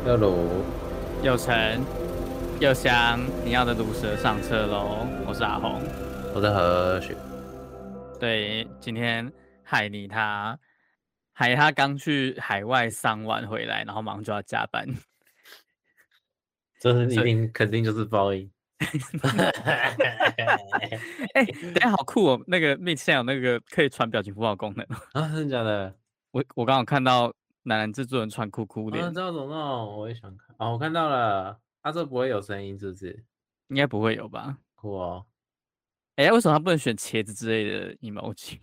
又鲁， 有成又香，你要的毒蛇上车喽！我是阿红。 我的和雪， 对，今天海他刚去海外伤完回来，然后马上就要加班， 这是一所以定肯定就是报应。 哎、等一下好酷哦！那个 Meet 现在有那个可以传表情符号功能哦。 啊，真的假的？ 我刚好看到男人制作人传哭哭啊， 脸， 知道怎么弄？我也想看。哦，我看到了。啊，这不会有声音是不是？ 应该不会有吧？ 酷哦。 哎、为什么他不能选茄子之类的 emoji？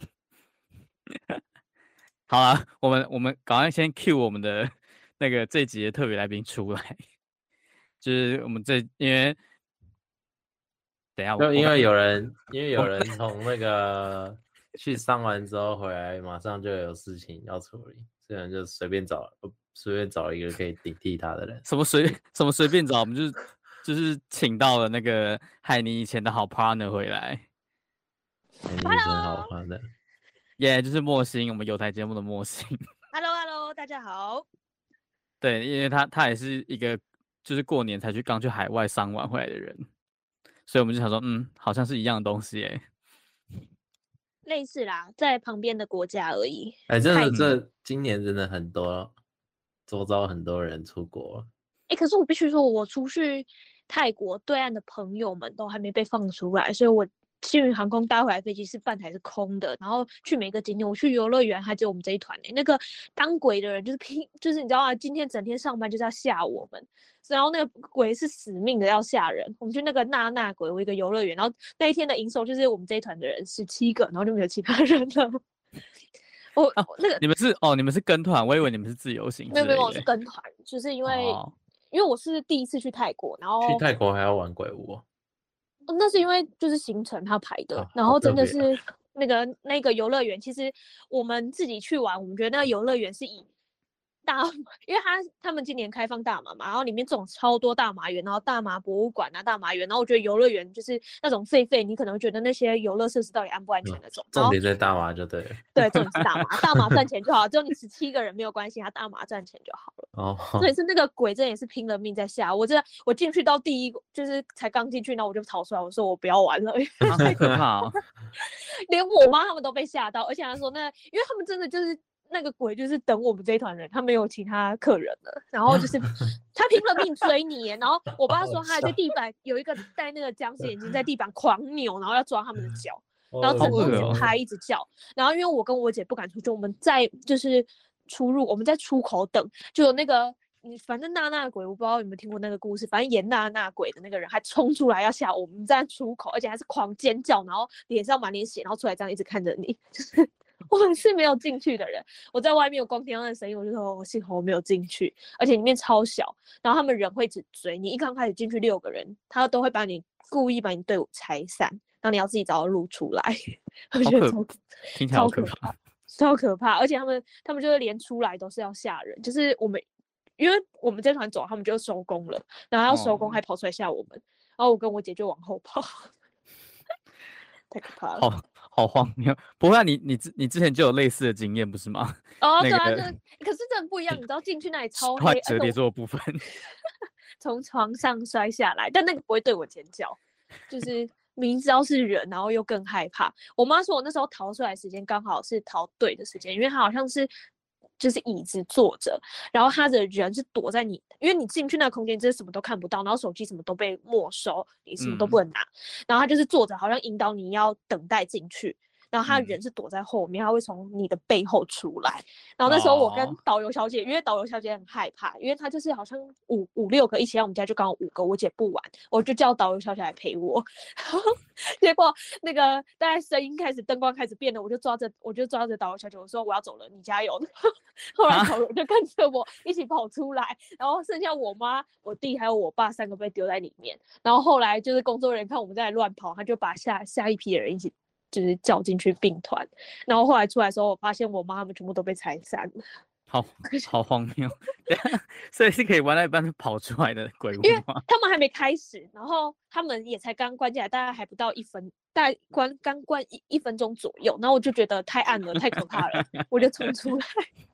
好啊，我们赶快先 cue 我们的那个这一集的特别来宾出来，就是我们因为等一下我刚就因为有人，因为有我人从那个去上完之后回来，马上就有事情要处理，所以就随便找一个可以顶替他的人。 什么随便找，我们就是请到了那个海尼以前的好 partner 回来， 哎，你以前好 Hello，Hello， 玩的。 耶、就是莫欣，我们有台节目的莫欣， Hello，大家好。 对，因为他也是一个就是过年才刚去海外伤完回来的人，所以我们就想说，好像是一样的东西诶。 类似啦，在旁边的国家而已。 哎，真的， 泰国， 今年真的很多，周遭很多人出国了。 可是我必须说，我出去泰国对岸的朋友们都还没被放出来，所以我幸运航空搭回来飞机是半台是空的，然后去每个景点，我去游乐园还只有我们这一团那个当鬼的人就是拼，就是你知道吗？今天整天上班就是要吓我们，然后那个鬼是死命的要吓人。我们去那个娜娜鬼屋一个游乐园，然后那一天的营收就是我们这一团的人17个，然后就没有其他人了。我哦， 那个你们是跟团，我以为你们是自由行没有没有，我是之类的。 跟团，就是因为哦， 我是第一次去泰国，然后去泰国还要玩鬼屋哦。 那是因为就是行程他排的， 啊，好然后特别啊。 真的是那个游乐园，其实我们自己去玩，我们觉得那个游乐园是以大，因为他们今年开放大麻嘛，然后里面种超多大麻园，然后大麻博物馆啊、大麻园，然后我觉得游乐园就是那种狒，你可能会觉得那些游乐设施到底安不安全那种，然后重点在大麻就对了。 对，重点是大麻，大麻赚钱就好，只有你17个人没有关系，他大麻赚钱就好了。重哦， 点是那个鬼真的也是拼了命在吓我，我进去到第一就是才刚进去，然后我就逃出来，我说我不要玩了， 啊，好可怕哦！ 连我妈他们都被吓到，而且他说因为他们真的就是那个鬼就是等我们这一团人，他没有其他客人了，然后就是他拼了命追你耶，然后我爸说他还在地板有一个戴那个僵尸眼镜在地板狂扭，然后要抓他们的脚。然后整个一直拍一直叫，然后因为我跟我姐不敢出去，我们在就是我们在出口等，就有那个反正娜娜鬼，我不知道有没有听过那个故事，反正演娜娜鬼的那个人还冲出来要吓我们，在出口，而且还是狂尖叫，然后脸上满脸血，然后出来这样一直看着你，就是我们是没有进去的人，我在外面有光听到那声音，我就说幸好我没有进去，而且里面超小，然后他们人会一直追你，一刚开始进去6个人，他都会故意把你队伍拆散。然后你要自己找到路出来，我觉得听起来好可怕， 超可怕，而且他们就是连出来都是要吓人，就是因为我们这团走，他们就收工了，然后要收工还跑出来吓我们，然后我跟我姐就往后跑，太可怕了。 好荒谬。不过你之前就有类似的经验不是吗？ 哦， 那对啊， 个可是真的不一样，你知道进去那里超黑， 坏折叠桌的部分， 从床上摔下来，但那个不会对我尖叫，就是明知道是人，然后又更害怕。我妈说我那时候逃出来的时间刚好是逃对的时间，因为她好像是就是椅子坐着，然后她的人是躲在你，因为你进去那个空间，真的什么都看不到，然后手机什么都被没收，你什么都不能拿，然后她就是坐着，好像引导你要等待进去。然后他人是躲在后面，他会从你的背后出来。然后那时候我跟导游小姐，因为导游小姐很害怕，因为她就是好像五六个一起来我们家，就刚好5个，我姐不玩，我就叫导游小姐来陪我。结果那个大概声音开始，灯光开始变了，我就抓着导游小姐，我说我要走了，你加油。后来导游就跟着我一起跑出来，然后剩下我妈、我弟还有我爸3个被丢在里面。然后后来就是工作人员看我们在乱跑，他就把下一批的人一起。就是叫进去并团，然后后来出来的时候，我发现我妈他们全部都被拆散了， 好荒谬，所以是可以玩到一半就跑出来的鬼屋吗？ 因为他们还没开始，然后他们也才刚关进来，大概还不到1分，大概刚关一分钟左右，然后我就觉得太暗了，太可怕了，我就冲出来。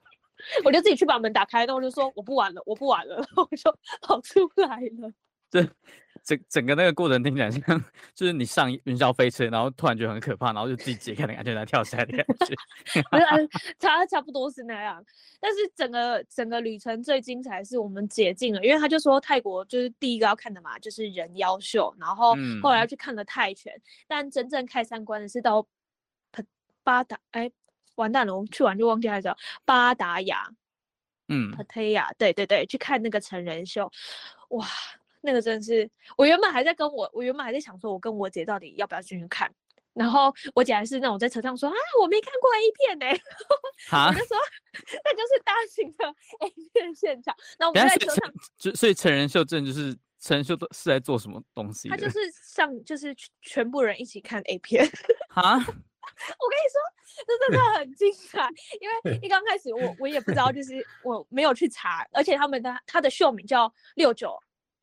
我就自己去把门打开，然后我就说我不玩了，我不玩了，然后我就跑出来了。 整个那个过程听起来像，就是你上云霄飞车，然后突然觉得很可怕，然后就自己解开那个安全带跳下来的感觉。 不是，差不多是那样。但是整个旅程最精彩是我们解禁了，因为他就说泰国就是第一个要看的嘛，就是人妖秀，然后后来要去看了泰拳，但真正开三关的是到巴达，完蛋了，我们去完就忘记它叫巴达雅，Pattaya，对对对，去看那个成人秀，哇，那个真的是，我原本还在想说，我跟我姐到底要不要进去看。然后我姐还是那种在车上说啊，我没看过 A 片呢、我就说那就是大型的 A 片现场。然后我们在车上， 所以成人秀证就是成人秀都是在做什么东西的？ 他就是全部人一起看 A 片。 哈， 我跟你说，这真的很精彩，因为一刚开始我也不知道，就是我没有去查，而且他的秀名叫69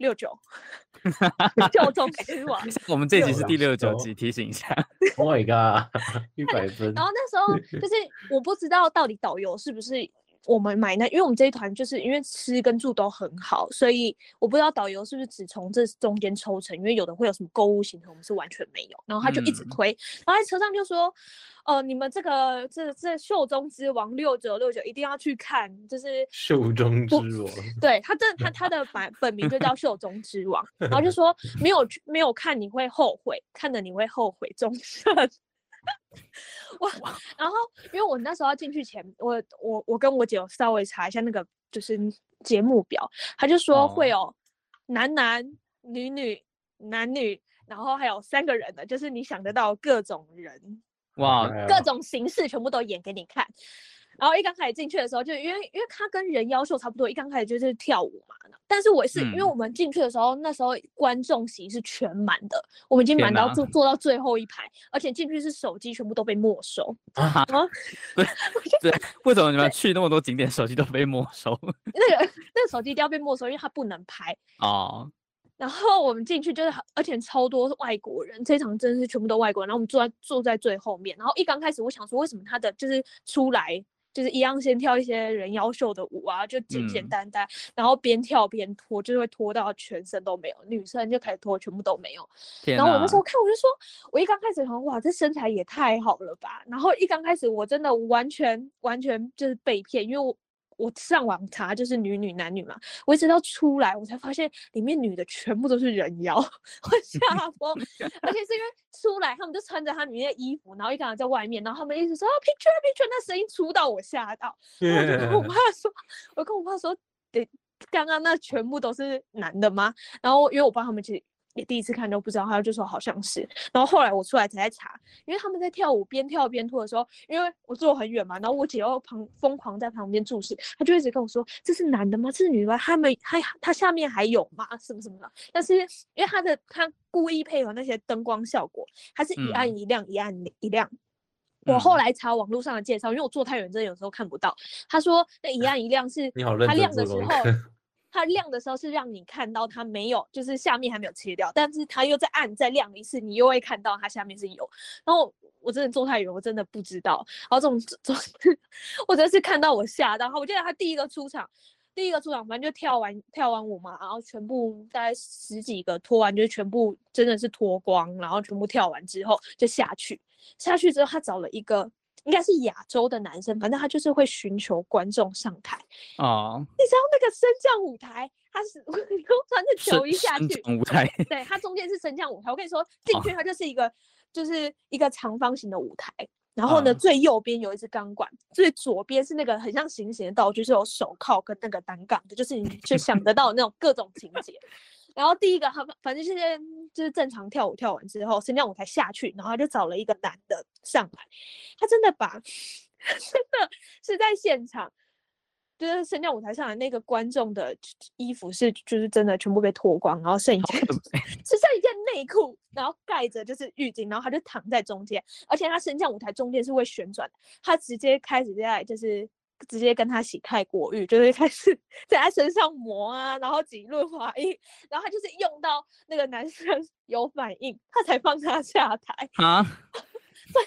秀中之王。 我们这集是第69集，提醒一下。 Oh my god， 100分。 然后那时候就是我不知道到底导游是不是我们买因为我们这一团就是因为吃跟住都很好，所以我不知道导游是不是只从这中间抽成，因为有的会有什么购物行程，我们是完全没有。然后他就一直推，然后在车上就说，你们这秀中之王6969一定要去看，就是秀中之王。 对，他的本名就叫秀中之王，然后就说没有看你会后悔，看了你会后悔终生。哇！然后因为我那时候要进去前，我跟我姐有稍微查一下那个就是节目表，他就说会有男男女女男女，然后还有3个人的，就是你想得到各种人， 哇， 各种形式全部都演给你看。然后一刚开始进去的时候，就因为他跟人妖秀差不多，一刚开始就是跳舞嘛。但是我是因为我们进去的时候，那时候观众席是全满的，我们已经满到坐到最后一排，而且进去是手机全部都被没收。 对，为什么你们去那么多景点手机都被没收？ 那个手机一定要被没收，因为它不能拍哦。 然后我们进去就是，而且超多外国人，这场真的是全部都外国人。然后我们坐在最后面。然后一刚开始我想说，为什么他的就是出来就是一样先跳一些人妖秀的舞啊，就简简单单，然后边跳边脱，就会脱到全身都没有，女生就开始脱，全部都没有。然后我那时候看，我就说，我一刚开始想，哇，这身材也太好了吧。然后一刚开始我真的完全就是被骗，因为我上网查就是女女男女嘛，我一直到出来我才发现里面女的全部都是人妖，我吓疯。而且是因为出来他们就穿着他里面的衣服，然后一个人在外面，然后他们一直说picture，那声音出到我吓到，我就跟我爸说，刚刚那全部都是男的吗？然后因为我爸他们其实也第一次看都不知道，他就说好像是。然后后来我出来才在查，因为他们在跳舞边跳边脱的时候，因为我坐很远嘛，然后我姐又疯狂在旁边注视，他就一直跟我说这是男的吗？这是女的吗？他下面还有吗？什么什么的。但是因为他故意配合那些灯光效果，他是一暗一亮一暗一亮。我后来查网络上的介绍，因为我坐太远，真的有时候看不到。他说那一暗一亮是他亮的时候。它亮的时候是让你看到它没有，就是下面还没有切掉，但是它又在暗再亮一次，你又会看到它下面是有。然后我真的坐太远，我真的不知道。然后我真的是看到我吓到。我记得他第一个出场，反正就跳完舞嘛，然后全部大概10几个脱完，就是全部真的是脱光，然后全部跳完之后就下去之后，他找了一个。应该是亚洲的男生，反正他就是会寻求观众上台。你知道那个升降舞台，他是穿着球衣下去， 舞台， 对，它中间是升降舞台。我跟你说，进去它就是一个长方形的舞台。然后呢，最右边有一支钢管，最左边是那个很像行刑的道具，是有手铐跟那个单杠的，就是你就想得到那种各种情节。然后第一个他反正就是正常跳舞，跳完之后升降舞台下去，然后他就找了一个男的上来，他真的是在现场，就是升降舞台上的那个观众的衣服就是真的全部被脱光，然后剩一件内裤，然后盖着就是浴巾，然后他就躺在中间，而且他升降舞台中间是会旋转的，他直接开始在就是直接跟他洗泰国浴，就是开始在他身上磨啊，然后挤润滑液，然后他就是用到那个男生有反应，他才放他下台啊。 对，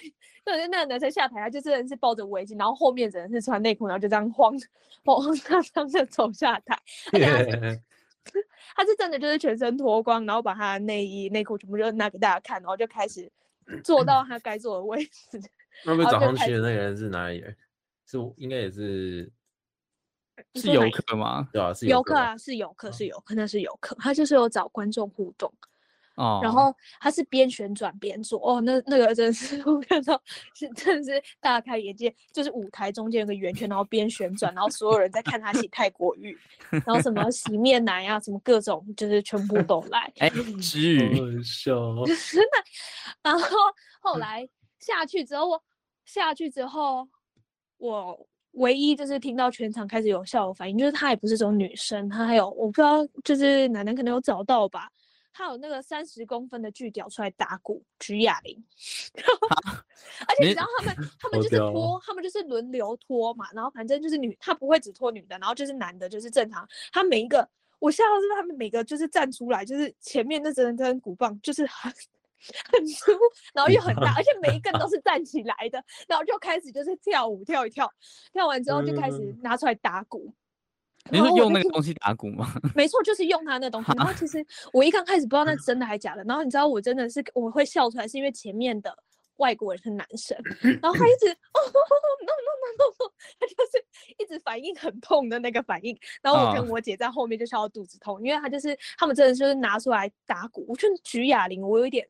对，那个男生下台，他就真的是抱着围巾，然后后面只能是穿内裤，然后就这样慌张张的走下台，而且他是真的就是全身脱光，然后把他的内衣内裤全部就拿给大家看，然后就开始坐到他该坐的位置。 那不早上去的那个人是哪里人？是应该也是是游客吗？ 对啊，是游客啊，是游客，那是游客，他就是有找观众互动。 哦， 然后他是边旋转边做，哦，那个真的是我看到是真的是大开眼界，就是舞台中间有个圆圈，然后边旋转，然后所有人在看他洗泰国浴，然后什么洗面奶啊，什么各种就是全部都来。 哎，之语， 好笑， 真的。然后后来下去之后，我唯一就是听到全场开始有笑的反应，就是他也不是这种女生，他还有我不知道，就是奶奶可能有找到吧。他有那个30公分的巨屌出来打鼓，举哑铃，而且你知道他们就是拖，他们就是轮流拖嘛，然后反正就是他不会只拖女的，然后就是男的就是正常，他每一个我吓到是他们每个就是站出来，就是前面那整根鼓棒就是很粗，然后又很大，而且每一根都是站起来的，然后就开始就是跳舞跳一跳，跳完之后就开始拿出来打鼓。 你是用那个东西打鼓吗？ 没错，就是用他那东西。然后其实我一刚开始不知道那真的还假的，然后你知道我真的是我会笑出来，是因为前面的外国人是男生，然后他一直no，他就是一直反应很痛的那个反应。然后我跟我姐在后面就笑到肚子痛，因为他们真的就是拿出来打鼓。我觉得举哑铃，我有一点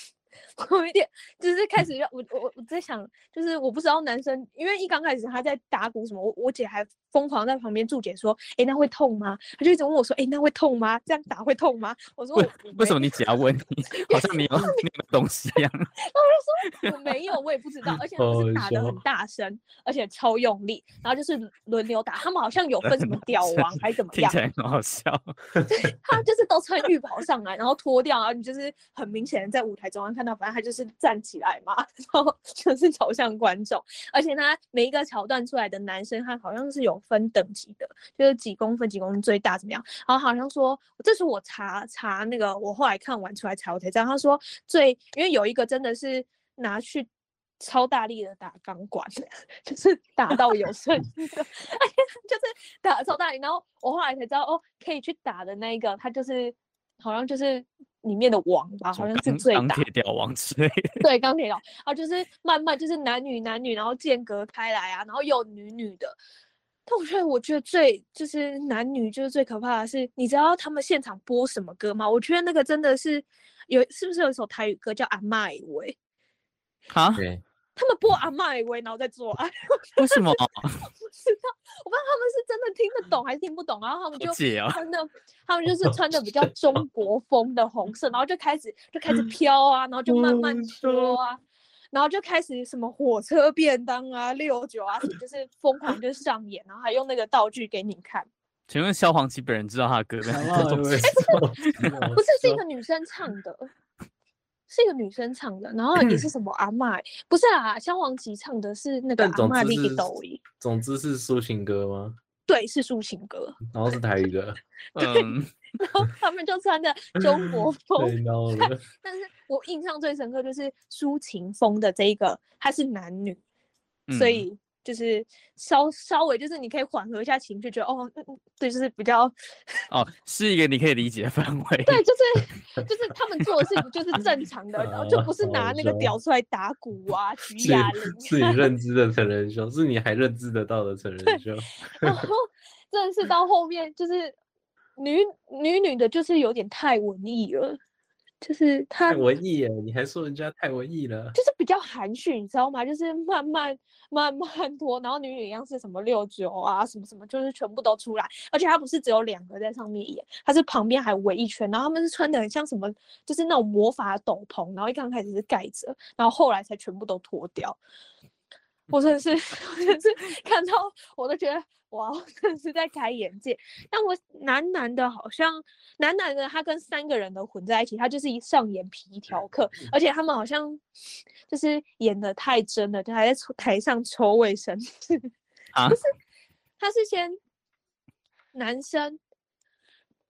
就是开始我在想，就是我不知道男生，因为一刚开始他在打鼓什么，我姐还疯狂在旁边注解说，哎，那会痛吗？他就一直问我说，哎，那会痛吗？这样打会痛吗？我说为什么你姐要问你？好像你有东西一样。然后我就说我没有，我也不知道，而且他们是打得很大声，而且超用力，然后就是轮流打，他们好像有分什么屌王还是怎么样， 听起来很好笑。 他就是都穿浴袍上来，然后脱掉，然后你就是很明显的在舞台中央看到，反正他就是站起来嘛，然后就是走向观众，而且他每一个桥段出来的男生，他好像是有分等级的，就是几公分最大怎么样，然后好像说，这是我查那个，我后来看完出来查我才知道，他说因为有一个真的是拿去超大力的打钢管，就是打到有声的，就是打超大力，然后我后来才知道，哦，可以去打的那一个，他就是好像就是里面的王吧，好像是最大钢铁屌王之类的。 对，钢铁屌，然后就是慢慢就是男女，然后间隔开来啊，然后又有女的。但我觉得就是男女就是最可怕的是，你知道他们现场播什么歌吗？我觉得那个真的是是不是有一首台语歌叫《阿嬷的话》？ 啊？ 他们播《阿嬷的话》，然后在做爱。 为什么？ 我不知道，我不知道他们是真的听得懂还是听不懂，然后他们就穿的，他们就是穿的比较中国风的红色，然后就开始飘啊，然后就慢慢脱啊。然后就开始什么火车便当啊、69啊，就是疯狂就上演，然后还用那个道具给你看。 请问萧煌奇本人知道他的歌吗？ 不是，是一个女生唱的，是一个女生唱的，然后也是什么阿嬷，不是啊，萧煌奇唱的是那个阿嬷哩哩抖哩。 总之是抒情歌吗？ 对，是抒情歌， 然后是台语歌。 对，然后他们就穿的中国风，但是我印象最深刻就是抒情风的这一个，它是男女，所以就是稍微就是你可以缓和一下情绪，觉得哦，对，就是比较是一个你可以理解的范围。 对，就是他们做的事情就是正常的，然后就不是拿那个屌出来打鼓啊、举哑铃， 是你认知的成人秀，是你还认知得到的成人秀。 然后真的是到后面就是女的，就是有点太文艺了。就是他太文艺耶，你还说人家太文艺了， 就是比较含蓄，你知道吗？就是慢慢拖，然后女一样是什么69啊，什么什么，就是全部都出来，而且他不是只有2个在上面演，他是旁边还围一圈，然后他们是穿的很像什么，就是那种魔法斗篷，然后一刚开始是盖着，然后后来才全部都脱掉。我真的是看到我都觉得哇，真的是在开眼界。但我男的好像男的他跟3个人的混在一起，他就是上演皮条客，而且他们好像就是演的太真了，就还在台上抽卫生纸。不是，他是先男生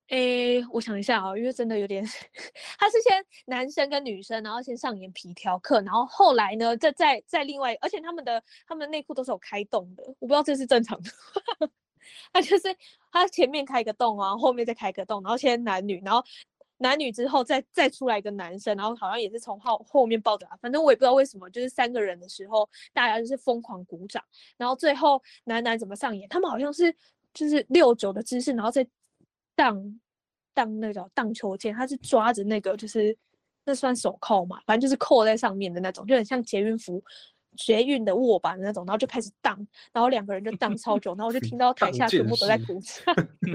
我想一下啊，因为真的有点，他是先男生跟女生，然后先上演皮条客，然后后来呢，再另外，而且他们的内裤都是有开洞的，我不知道这是正常的。他就是他前面开个洞啊，后面再开个洞，然后先男女，然后男女之后再出来一个男生，然后好像也是从后面抱着他，反正我也不知道为什么，就是3个人的时候，大家就是疯狂鼓掌，然后最后男怎么上演，他们好像是就是6-9的姿势，然后再荡那个荡秋千，他是抓着那个就是那算手铐嘛，反正就是扣在上面的那种，就很像捷运的握把的那种，然后就开始荡，然后2个人就荡超久，然后我就听到台下全部都在鼓掌，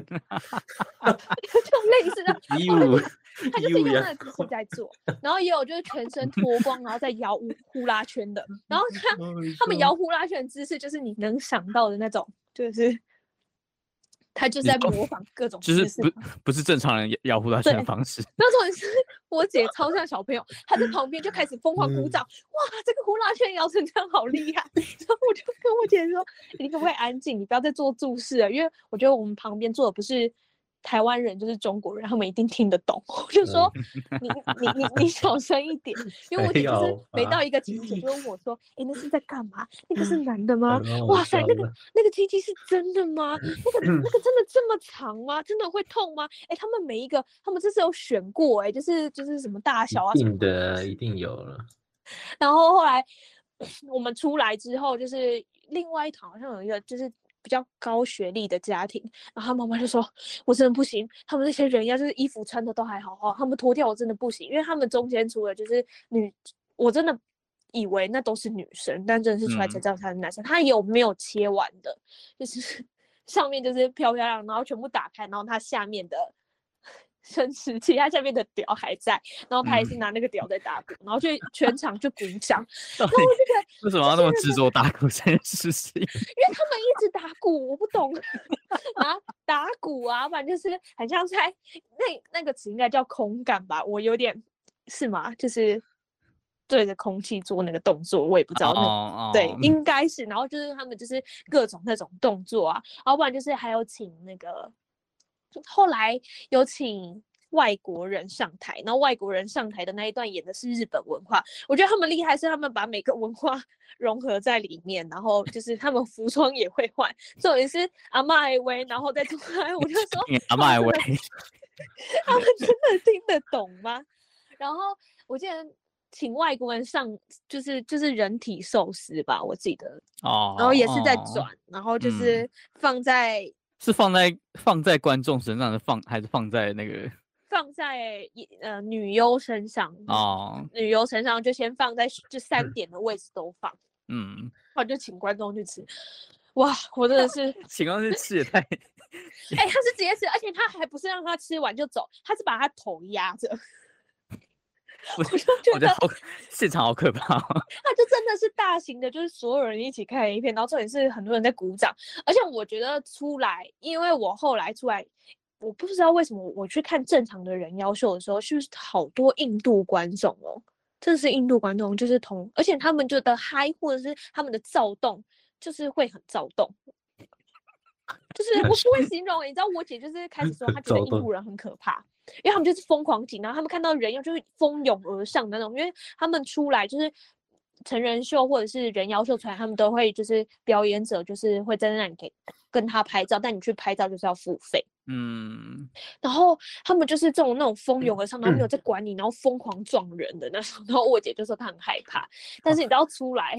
就类似的，他就是用那个姿势在做，然后也有就是全身脱光，然后再摇呼啦圈的，然后他们摇呼啦圈的姿势就是你能想到的那种，就是他就是在模仿各种姿势， 就是不是正常人摇呼啦圈的方式。 那重点是我姐超像小朋友，她在旁边就开始疯狂鼓掌，哇，这个呼啦圈摇成这样好厉害！然后我就跟我姐说：“你可不可以安静？你不要再做注释了，因为我觉得我们旁边坐的不是台湾人就是中国人，他们一定听得懂。”我就说：“你小声一点，因为我姐就是每到一个情节就问我说：‘那是在干嘛？那个是男的吗？哇塞，那个鸡鸡是真的吗？那个真的这么长吗？真的会痛吗？’他们每一个他们这是有选过就是什么大小啊， 一定的一定有了。 然后后来我们出来之后，就是另外一团好像有一个就是比较高学历的家庭，然后他妈妈就说：“我真的不行，他们那些人就是衣服穿的都还好哈，他们脱掉我真的不行，因为他们中间除了就是我真的以为那都是女生，但真的是出来才知道他是男生，他有没有切完的，就是上面就是漂漂亮，然后全部打开，然后他下面的。”生殖器，他下面的屌还在，然后他也是拿那个屌在打鼓，然后就全场就鼓掌。然后我就觉得为什么要那么执着打鼓这件事情？ 因为他们一直打鼓，我不懂。然后打鼓啊，反正就是很像在那个词应该叫空感吧，我有点是吗？就是对着空气做那个动作，我也不知道对，应该是。然后就是他们就是各种那种动作啊，然后不然就是还有请那个。后来有请外国人上台，然后外国人上台的那一段演的是日本文化，我觉得他们厉害是他们把每个文化融合在里面，然后就是他们服装也会换，重点是阿嬷的威，然后再出来，我就说阿嬷的威， 他们真的听得懂吗？然后我记得请外国人上，就是人体寿司吧，我记得然后也是在转，然后就是放在。 是放在观众身上的还是放在那个？ 放在女优身上哦，女优身上就先放在就3点的位置都放，然后就请观众去吃。哇，我真的是请观众去吃也太…… 他是直接吃，而且他还不是让他吃完就走，他是把他头压着。 我就觉得现场好可怕。 他就真的是大型的，就是所有人一起看一片，然后重点是很多人在鼓掌，而且我觉得出来，因为我后来出来，我不知道为什么我去看正常的人妖秀的时候，是不是好多印度观众哦？真的是印度观众，就是而且他们就的嗨或者是他们的躁动，就是会很躁动。就是我不会形容，你知道我姐就是开始说她觉得印度人很可怕，因为他们就是疯狂挤，然后他们看到人妖就会蜂拥而上那种，因为他们出来就是成人秀或者是人妖秀出来，他们都会就是表演者就是会在那里跟他拍照，但你去拍照就是要付费，然后他们就是那种蜂拥而上，然后没有在管你，然后疯狂撞人的那种，然后我姐就说她很害怕，但是你知道出来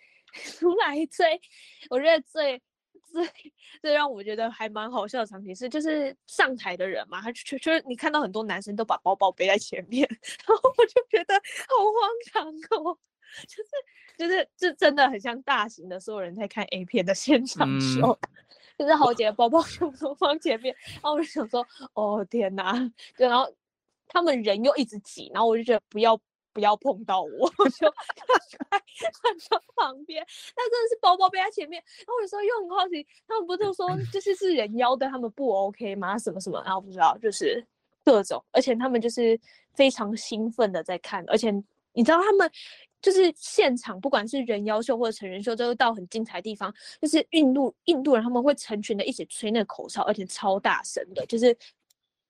我觉得最让我觉得还蛮好笑的场景是，就是上台的人嘛，他就是你看到很多男生都把包包背在前面，然后我就觉得好荒唐哦，就是真的很像大型的所有人在看 A 片的现场秀，就是好几个包包全部都放前面，然后我就想说，哦天哪，对，然后他们人又一直挤，然后我就觉得不要碰到我，我就换到旁边。但真的是包包背在前面，然后有时候又很好奇，他们不就说就是人妖的他们不 OK 吗？什么什么，然后不知道就是各种，而且他们就是非常兴奋的在看，而且你知道他们就是现场不管是人妖秀或者成人秀，都到很精彩的地方，就是印度人他们会成群的一起吹那个口哨，而且超大声的，就是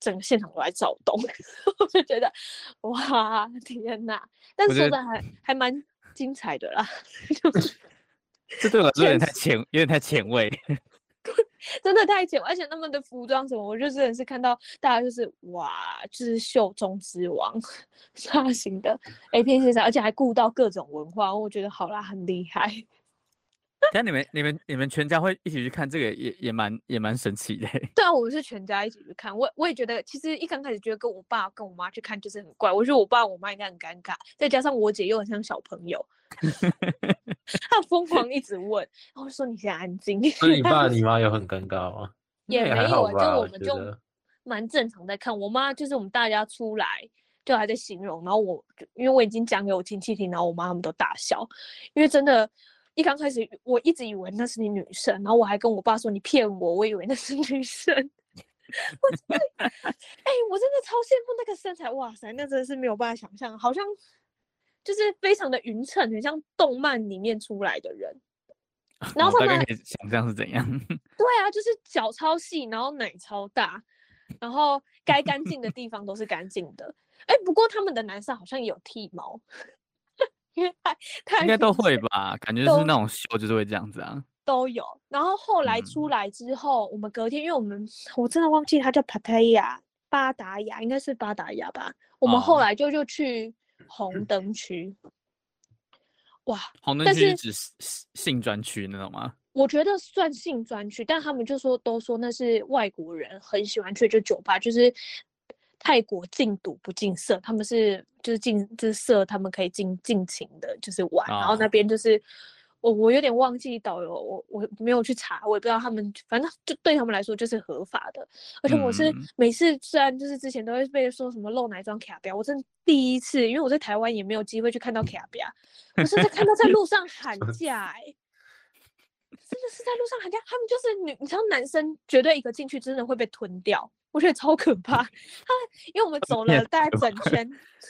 整个现场都在躁动，我就觉得哇天哪！但说的还蛮精彩的啦，就是这对我来说有点太前卫。 真的太浅，而且他们的服装什么，我就真的是看到大家就是哇，就是秀中之王，大型的 A 片现场，而且还顾到各种文化，我觉得好啦，很厉害。 但你们全家会一起去看这个也蛮神奇的。 对啊，我们是全家一起去看，我也觉得，其实一刚开始觉得跟我爸跟我妈去看就是很怪，我觉得我爸我妈应该很尴尬，再加上我姐又很像小朋友，她疯狂一直问，然后我就说你先安静。 所以你爸你妈有很尴尬吗？ 也没有啊，就我们就得蛮正常在看。我妈就是我们大家出来就还在形容，然后因为我已经讲给我亲戚听，然后我妈他们都大笑，因为真的，一刚开始我一直以为那是你女生，然后我还跟我爸说你骗我，我以为那是女生。我真的，我真的超羡慕那个身材，哇塞，那真的是没有办法想象，好像就是非常的匀称，很像动漫里面出来的人。然后他们大概可以想象是怎样。 对啊，就是脚超细，然后奶超大，然后该干净的地方都是干净的。不过他们的男生好像也有剃毛，因为太应该都会吧，感觉是那种秀就是会这样子啊。 都有。然后后来出来之后，我们隔天，因为我真的忘记他叫巴达雅，应该是巴达雅吧。我们后来就去红灯区。哇， 红灯区是指性专区那种吗？ 我觉得算性专区，但他们都说那是外国人很喜欢去，就酒吧，就是泰国禁赌不禁色，他们就是色，他们可以尽情的就是玩，然后那边就是我有点忘记导游，我没有去查，我也不知道他们，反正就对他们来说就是合法的，而且我是每次虽然就是之前都会被说什么露奶装卡标，我真的第一次，因为我在台湾也没有机会去看到卡标，我甚至看到在路上喊价真的是在路上喊价，他们就是你知道男生绝对一个进去真的会被吞掉，我觉得超可怕。因为我们走了大概整圈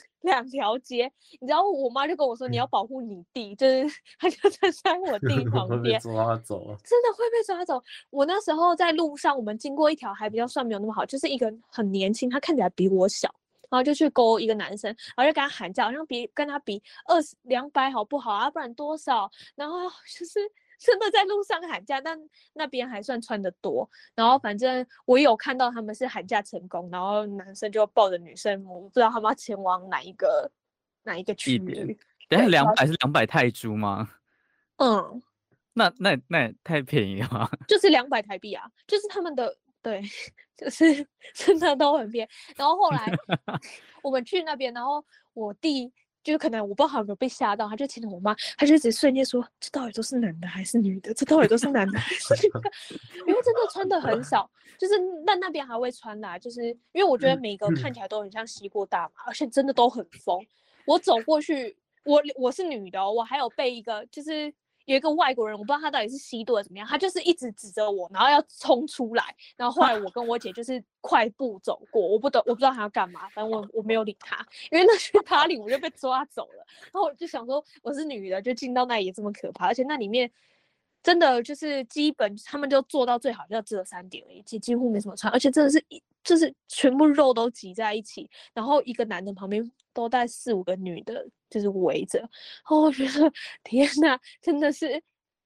2条街，你知道我妈就跟我说你要保护你弟，就是他就站在我弟旁边， 会被抓走， 真的会被抓走。我那时候在路上，我们经过一条还比较算没有那么好，就是一个很年轻，他看起来比我小。然后就去勾一个男生，然后就跟他喊价，好像跟他比200好不好啊？不然多少？然后就是真的在路上喊价，但那边还算穿得多。然后反正我有看到他们是喊价成功，然后男生就抱着女生，我不知道他们要前往哪一个区域。 等下200是200泰铢吗？ 嗯， 那也太便宜了吧？ 就是200台币啊，就是他们的。对，就是真的都很便宜。然后后来我们去那边，然后我弟就可能我不知道他有没有被吓到，他就牵着我妈，他就一直瞬间说：“这到底都是男的还是女的？这到底都是男的还是女的？”因为真的穿的很少，就是那边还会穿啦，就是因为我觉得每个看起来都很像吸过大麻，而且真的都很疯。我走过去，我是女的，我还有被一个就是。有一个外国人，我不知道他到底是吸毒的怎么样，他就是一直指着我，然后要冲出来，然后后来我跟我姐就是快步走过，我不知道他要干嘛，反正我没有理他，因为那去哪里我就被抓走了，然后我就想说我是女的，就进到那里也这么可怕，而且那里面真的就是基本他们就做到最好，就遮3点而已，几乎没什么穿，而且真的是就是全部肉都挤在一起，然后一个男的旁边都带4、5个女的，就是围着。然后我觉得天哪，真的是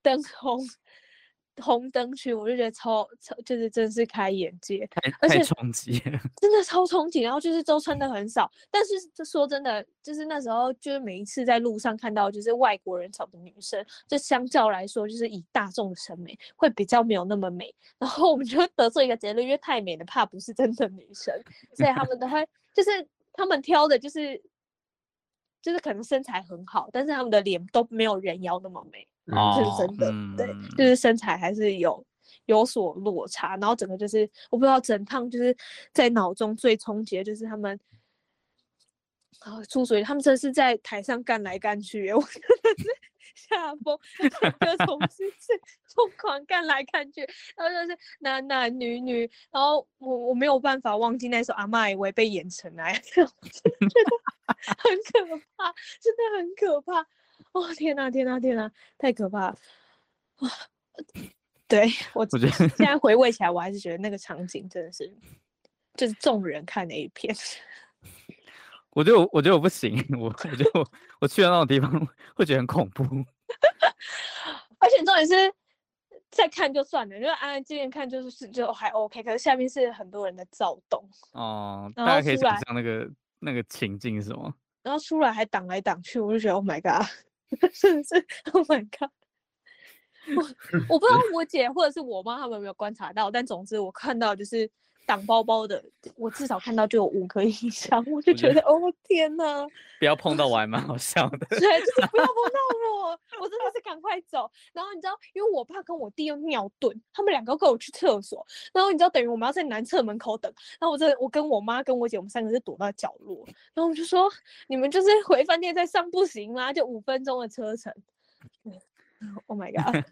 红灯区，我就觉得超就是真是开眼界， 太冲击了， 真的超冲击。然后就是都穿的很少，但是就说真的，就是那时候就是每一次在路上看到就是外国人找的女生，就相较来说，就是以大众的审美会比较没有那么美。然后我们就得出一个结论，因为太美的怕不是真的女生，所以他们都会就是他们挑的就是可能身材很好，但是他们的脸都没有人妖那么美。这是真的，对，就是身材还是有所落差，然后整个就是我不知道整趟就是在脑中最冲击的就是他们出水，他们真的是在台上干来干去，我真的是吓疯，各种是疯狂干来干去，然后就是男男女女，然后我没有办法忘记那首《阿嬷也被演成那样，觉得很可怕，真的很可怕。哦天哪，天哪，天哪，太可怕了！哇，对我觉得现在回味起来，我还是觉得那个场景真的是， 就是众人看的 A 片。 我觉得我不行，我觉得我去到那种地方会觉得很恐怖。 而且重点是再看就算了，就是安安静静看就还 OK， 可是下面是很多人的躁动。 哦， 然大家可以想后出来， 象那个情境是什么？ 然后出来还挡来挡去，我就觉得 Oh my god， 真的是 Oh my god。我不知道我姐或者是我妈他们有没有观察到，但总之我看到就是挡包包的，我至少看到就有5个以上，我就觉得哦天哪， 不要碰到我还蛮好笑的。 对，就是不要碰到我真的是赶快走。然后你知道，因为我爸跟我弟又尿遁，他们2个跟我去厕所，然后你知道等于我们要在男厕门口等，然后我跟我妈跟我姐我们3个是躲到角落，然后我们就说你们就是回饭店再上不行吗？就5分钟的车程。Oh my god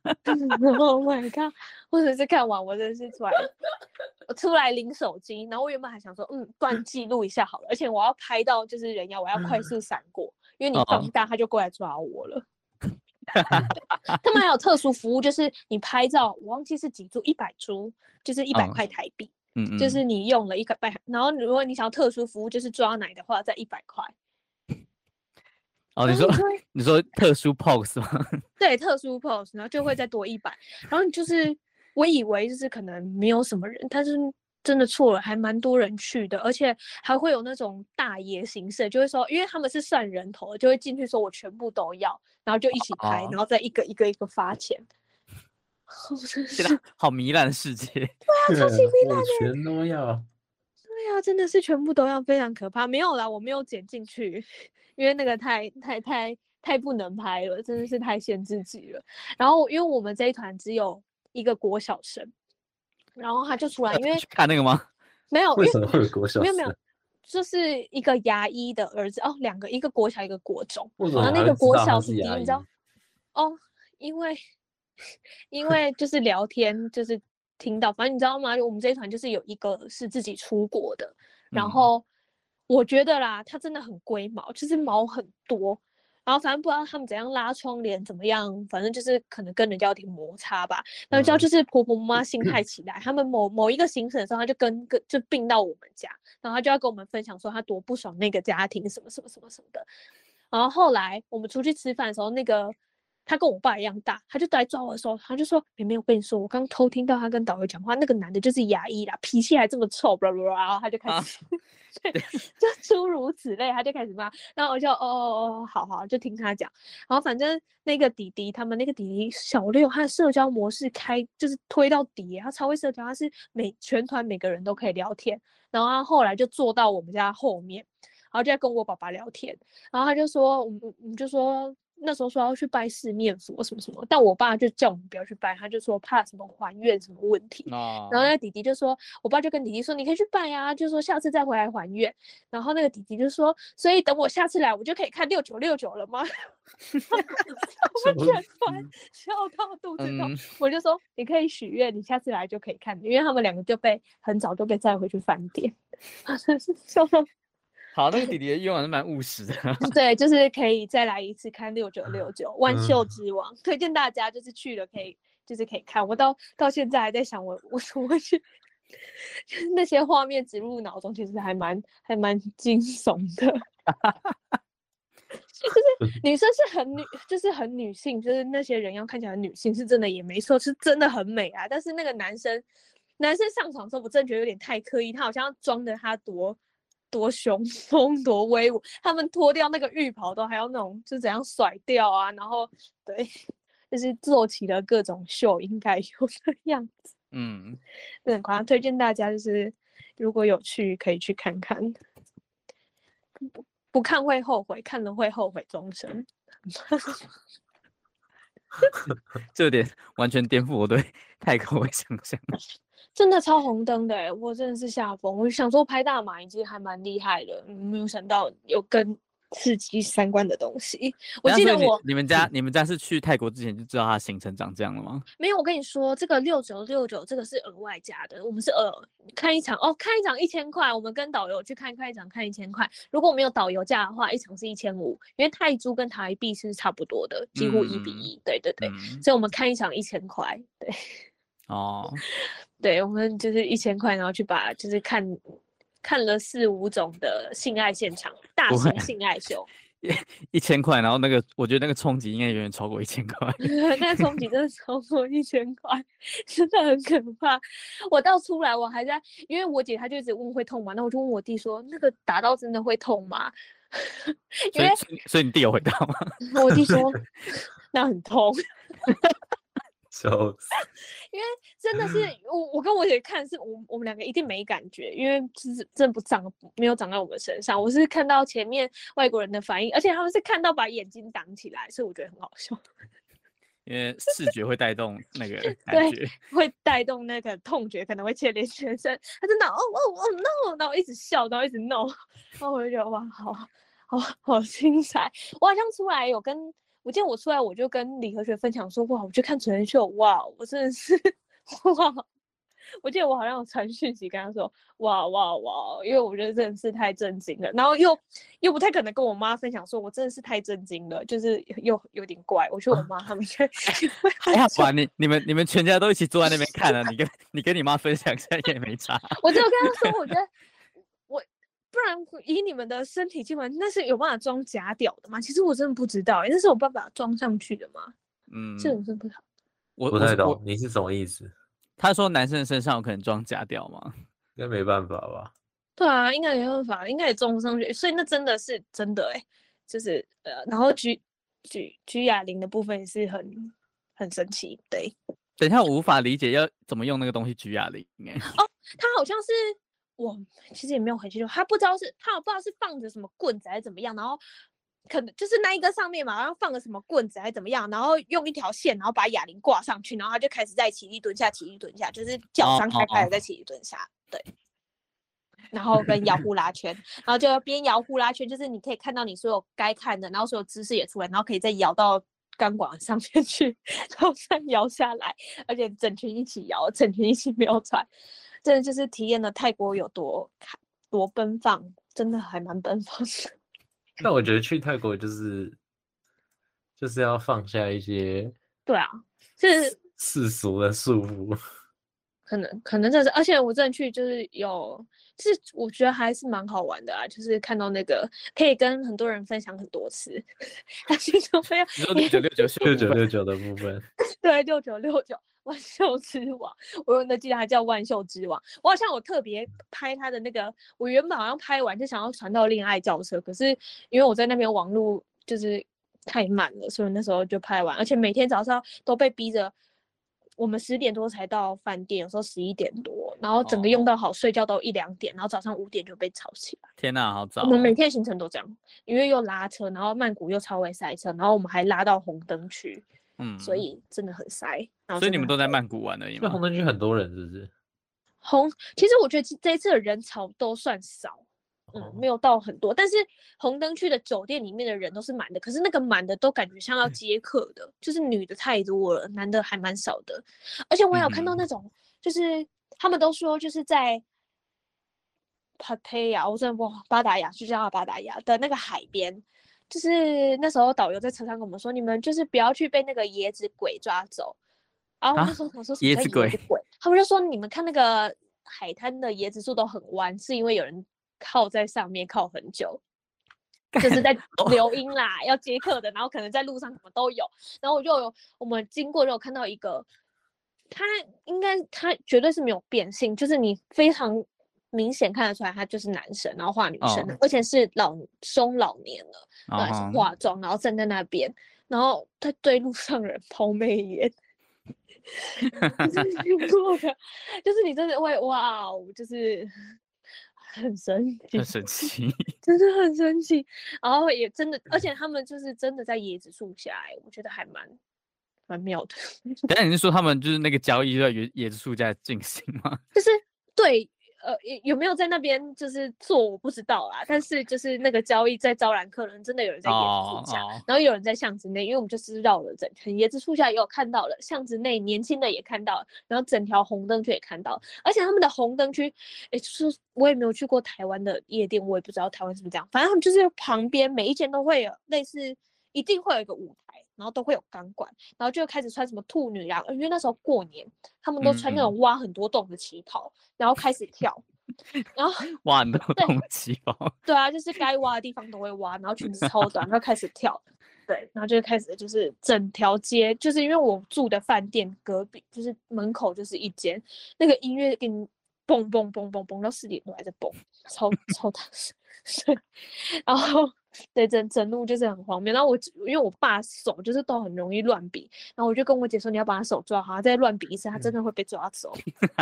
Oh my god 或者是看完我真的是我出来领手机，然后我原本还想说不然记录一下好了，而且我要拍到就是人妖，我要快速闪过，因为你放大他就过来抓我了。他们还有特殊服务，就是你拍照我忘记是几株100株，就是100块台币，就是你用了100，然后如果你想要特殊服务就是抓奶的话再100块。 哦，你说特殊 pose 吗？ 对，特殊 pose， 然后就会再多100。然后就是我以为就是可能没有什么人，但是真的错了，还蛮多人去的，而且还会有那种大爷形式，就会说，因为他们是算人头的，就会进去说我全部都要，然后就一起拍，然后再一个一个发钱。 天哪，好糜烂的世界。对啊，超级糜烂的， 全都要。 对啊，真的是全部都要，非常可怕。没有啦，我没有剪进去，因为那个太不能拍了，真的是太限制级了。然后因为我们这一团只有1个国小生，然后他就出来，因为去看那个吗？ 没有， 为什么会有国小生？ 没有，就是一个牙医的儿子哦，2个，一个国小，一个国中。 为什么然后那个国小弟弟， 弟弟，你知道？哦，因为就是聊天，就是听到，反正你知道吗？我们这一团就是有一个是自己出国的，然后我觉得啦，他真的很龟毛，就是毛很多。然后反正不知道他们怎样拉窗帘怎么样，反正就是可能跟人家有点摩擦吧。然后知道就是婆婆妈妈心态起来，他们某一个行程的时候，他就就并到我们家，然后他就要跟我们分享说他多不爽那个家庭什么什么什么什么的。然后后来我们出去吃饭的时候，那个他跟我爸一样大，他就来抓我的时候，他就说：“妹妹，我跟你说，我刚偷听到他跟导游讲话，那个男的就是牙医啦，脾气还这么臭，blah blah blah。”然后他就开始，对，就诸如此类，他就开始骂。然后我就好，就听他讲。然后反正那个弟弟，他们那个弟弟小6，他的社交模式就是推到底，他超会社交，他是全团每个人都可以聊天。然后他后来就坐到我们家后面，然后就在跟我爸爸聊天。然后他就说，我们就说。那时候说要去拜四面佛什么什么，但我爸就叫我们不要去拜，他就说怕什么还愿什么问题。然后那个弟弟就说，我爸就跟弟弟说，你可以去拜啊，就说下次再回来还愿。然后那个弟弟就说，所以等我下次来，我就可以看6969了吗？我们全团笑到肚子痛。我就说你可以许愿，你下次来就可以看，因为他们2个就很早就被载回去饭店，真是笑到。 好，那个弟弟的愿望是蛮务实的。 对，就是可以再来一次看6969万秀之王，推荐大家就是去了可以看。我到现在还在想我怎么会去，那些画面植入脑中，其实还蛮惊悚的。就是女生是很女性，就是那些人要看起来很女性，是真的也没错，是真的很美啊。但是那个男生上场的时候，我真的觉得有点太刻意，他好像要装的他多雄风多威武，他们脱掉那个浴袍都还要那种就怎样甩掉啊，然后对，就是做起了各种秀应该有的样子。很夸张，推荐大家就是如果有去可以去看看，不看会后悔，看了会后悔终生。 这有点完全颠覆我对泰国的想象。 真的超红灯的我真的是吓疯。我想说拍大马已经还蛮厉害了，没有想到有跟刺激相关的东西。我记得你们家是去泰国之前就知道它行程长这样了吗？ 没有，我跟你说，这个6969这个是额外加的，我们是看一场1000块，我们跟导游去看一场看1000块。如果没有导游价的话，一场是1500，因为泰铢跟台币是差不多的，几乎1:1。对，所以我们看一场1000块。对。 哦， 对，我们就是1000块，然后去把就是看了4、5种的性爱现场，大不会型性爱秀。 1000块，然后那个我觉得那个冲击应该远远超过1000块。 那个冲击真的超过1000块，真的很可怕。我到出来我还在，因为我姐她就一直问会痛吗？那我就问我弟说，那个打到真的会痛吗？因为所以你弟有回答吗？ 我弟说那很痛。 笑死。 因为真的是我跟我姐看是我们2个一定没感觉，因为就是真的没有长在我们身上。我是看到前面外国人的反应，而且他们是看到把眼睛挡起来，所以我觉得很好笑。 因为视觉会带动那个感觉， 会带动那个痛觉，可能会牵连全身。他真的no，然后一直笑，然后一直 no， 然后我就觉得哇，好精彩。我好像出来我记得我出来我就跟李和学分享说，哇，我去看成人秀，哇，我真的是哇。我记得我好像有传讯息跟他说，哇，因为我觉得真的是太震惊了，然后又不太可能跟我妈分享说，我真的是太震惊了，就是又有点怪。我觉得我妈他们应该还好吧？你们全家都一起坐在那边看了，你跟你妈分享一下也没差。 我就跟他说，我觉得不然以你们的身体器官，那是有办法装假屌的吗？其实我真的不知道，那是有办法装上去的吗？这我真的不知道。 我不太懂你是什么意思。 他说男生身上有可能装假屌吗？ 应该没办法吧？ 对啊，应该没办法，应该也装不上去，所以那真的是真的就是然后举哑铃的部分也是很神奇，对。 等一下，我无法理解要怎么用那个东西举哑铃哦，他好像是我其实也没有很清楚，他不知道是放着什么棍子还是怎么样，然后可能就是那一个上面嘛，然后放了什么棍子还是怎么样，然后用一条线，然后把哑铃挂上去，然后他就开始在起立蹲下，就是脚张开的在起立蹲下，对。然后跟摇呼啦圈，然后就边摇呼啦圈，就是你可以看到你所有该看的，然后所有姿势也出来，然后可以再摇到钢管上面去，然后再摇下来，而且整群一起摇，整群一起飙船，真的就是体验了泰国有多奔放，真的还蛮奔放的。 但我觉得去泰国就是要放下一些对啊，是世俗的束缚。 可能这是，而且我真的去就是我觉得还是蛮好玩的啊，就是看到那个可以跟很多人分享很多次，他其中没有 6969的部分， 对，6969万秀之王，我永远记得他叫万秀之王。我好像有特别拍他的那个，我原本好像拍完就想要传到恋爱轿车，可是因为我在那边网路就是太慢了，所以那时候就拍完，而且每天早上都被逼着。我们10点多才到饭店，有时候11点多，然后整个用到好，睡觉都1、2点，然后早上5点就被吵起来。 天哪，好早！ 我们每天行程都这样，因为又拉车，然后曼谷又超会塞车，然后我们还拉到红灯区，所以真的很塞。 所以你们都在曼谷玩而已吗？ 红灯区很多人是不是？ 其实我觉得这一次的人潮都算少。没有到很多，但是红灯区的酒店里面的人都是满的，可是那个满的都感觉像要接客的，就是女的太多了，男的还蛮少的。而且我有看到那种，就是他们都说就是在帕泰亚，我真的巴达雅就叫巴达雅的那个海边，就是那时候导游在车上跟我们说，你们就是不要去被那个椰子鬼抓走。然后我说椰子鬼， 他们就说你们看那个海滩的椰子树都很弯，是因为有人靠在上面靠很久，就是在留音啦，要接客的，然后可能在路上什么都有。然后我们经过就有看到一个，他绝对是没有变性，就是你非常明显看得出来他就是男生，然后画女生的，而且是中老年了，然后是化妆，然后站在那边，然后他对路上人抛媚眼。就是你真的会哇，就是很神奇，真的很神奇。然后也真的，而且他们就是真的在椰子树下，我觉得还蛮妙的。 等下你是说他们就是那个交易在椰子树下进行吗？ 就是对。有没有在那边就是做我不知道啦，但是就是那个交易在招揽客人，真的有人在椰子树下，然后有人在巷子内，因为我们就是绕了整圈椰子树下也有看到了，巷子内年轻的也看到了，然后整条红灯区也看到了，而且他们的红灯区，就是我也没有去过台湾的夜店，我也不知道台湾是不是这样，反正他们就是旁边每一间都会有类似，一定会有一个舞台， 然后都会有钢管，然后就开始穿什么兔女郎，因为那时候过年，他们都穿那种挖很多洞的旗袍，然后开始跳，然后挖很多洞旗袍。 对啊，就是该挖的地方都会挖，然后裙子超短，然后开始跳。对，然后就开始就是整条街，就是因为我住的饭店隔壁就是门口就是一间，那个音乐给你蹦蹦蹦蹦蹦到4点多还在蹦，超大声。然后对整路就是很荒谬。然后因为我爸手就是都很容易乱比，然后我就跟我姐说你要把他手抓好，他再乱比一次，他真的会被抓走。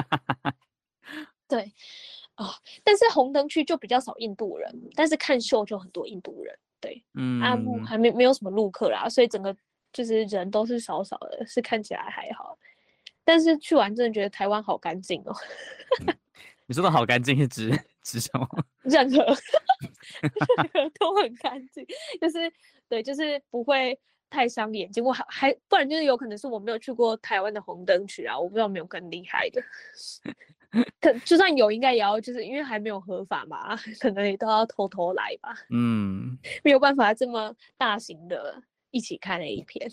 对啊，但是红灯区就比较少印度人，但是看秀就很多印度人。对，还没有什么路客啦，所以整个就是人都是少少的，是看起来还好。但是去完真的觉得台湾好干净哦。 你说的好干净是指什么？ 任何都很干净，就是对，就是不会太伤眼睛。我还不然就是有可能是我没有去过台湾的红灯区啊，我不知道有没有更厉害的。就算有，应该也要就是因为还没有合法嘛，可能也都要偷偷来吧。没有办法这么大型的一起看 A 片。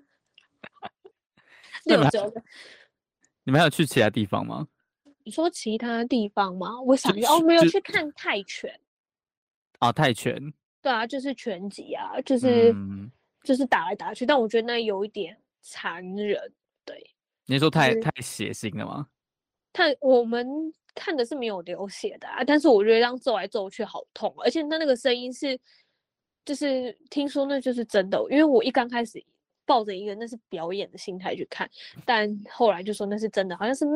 你们还有去其他地方吗？ 你说其他地方吗？我想要没有去看泰拳。 泰拳。 对啊，就是拳击啊，就是打来打去，但我觉得那有一点残忍。对， 你是说太血腥了吗？ 我们看的是没有流血的啊，但是我觉得这样揍来揍去好痛，而且那个声音是，就是听说那就是真的，因为我一刚开始抱着一个那是表演的心态去看，但后来就说那是真的，好像是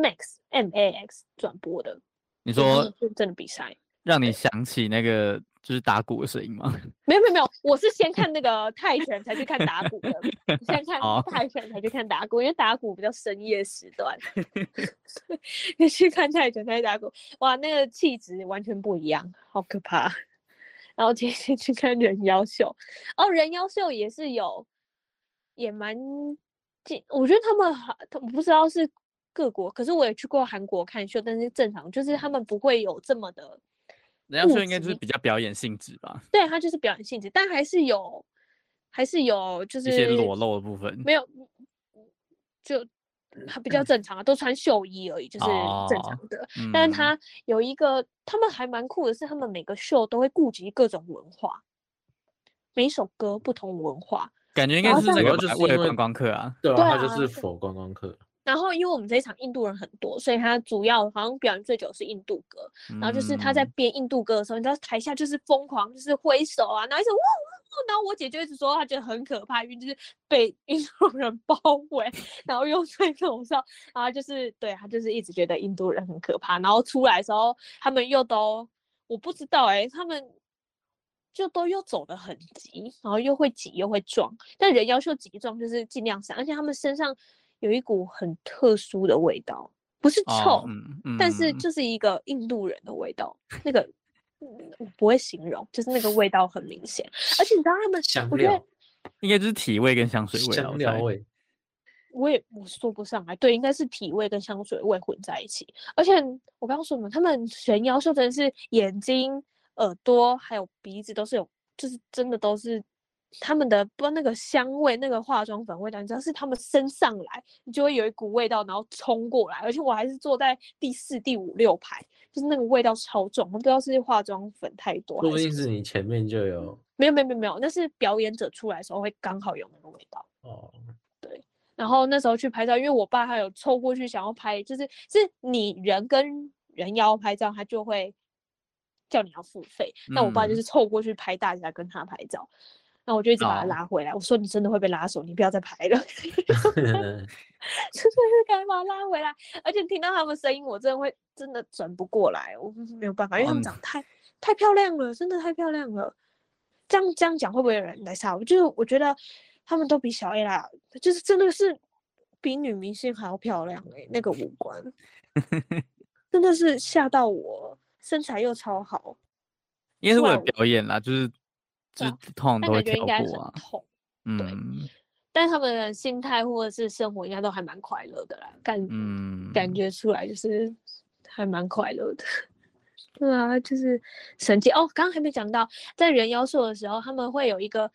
MAX 转播的。 你说是真的比赛， 让你想起那个就是打鼓的声音吗？ 没有，我是先看那个泰拳才去看打鼓的，先看泰拳才去看打鼓，因为打鼓比较深夜时段，你去看泰拳才打鼓，哇，那个气质完全不一样，好可怕。然后今天去看人妖秀，人妖秀也是也蛮我觉得他们我不知道是各国，可是我也去过韩国看秀，但是正常就是他们不会有这么的。 人妖秀应该就是比较表演性质吧？ 对，它就是表演性质，但还是有就是一些裸露的部分。 没有，就它比较正常都穿秀衣而已，就是正常的。但是它有一个，他们还蛮酷的是，他们每个秀都会顾及各种文化，每一首歌不同文化， 感觉应该是那个就是为了观光客啊。 对啊，它就是否观光客。 然后，因为我们这一场印度人很多，所以他主要好像表演最久是印度歌。然后就是他在编印度歌的时候，你知道台下就是疯狂，就是挥手啊，然后一直哇哇，然后我姐就一直说她觉得很可怕，因为就是被印度人包围，然后又吹口哨，然后就是对他就是一直觉得印度人很可怕。然后出来的时候，他们又都我不知道他们就都又走得很急，然后又会挤又会撞，但人要求挤撞就是尽量闪，而且他们身上有一股很特殊的味道，不是臭，但是就是一个印度人的味道，那个我不会形容，就是那个味道很明显，而且你知道他们香料应该就是体味跟香水味， 香料味， 我说不上来，对，应该是体味跟香水味混在一起，而且我刚刚说他们人妖秀真的是眼睛、耳朵还有鼻子都是有，就是真的都是。他们的不知道那个香味，那个化妆粉味道，你知道是他们升上来，你就会有一股味道，然后冲过来。而且我还是坐在第4、第5、6排，就是那个味道超重，我不知道是化妆粉太多， 说不定是你前面就有。 没有，那是表演者出来的时候会刚好有那个味道。对。然后那时候去拍照，因为我爸他有凑过去想要拍，是你人跟人妖拍照，他就会叫你要付费。那我爸就是凑过去拍大家跟他拍照。那我就一直把他拉回来，我说你真的会被拉手，你不要再拍了。就是该把他拉回来，而且听到他们声音，我真的转不过来，我没有办法，因为他们长得太漂亮了，真的太漂亮了。这样讲会不会有人来杀我？就是我觉得他们都比小 A 啦，就是真的是比女明星还要漂亮那个五官真的是吓到我，身材又超好。 应该是为了表演啦，就是通常都会跳过啊。 对，但他们的心态或者是生活应该都还蛮快乐的啦，感觉出来就是还蛮快乐的。对啊，就是神奇哦。刚刚还没讲到，在人妖秀的时候，他们会有一个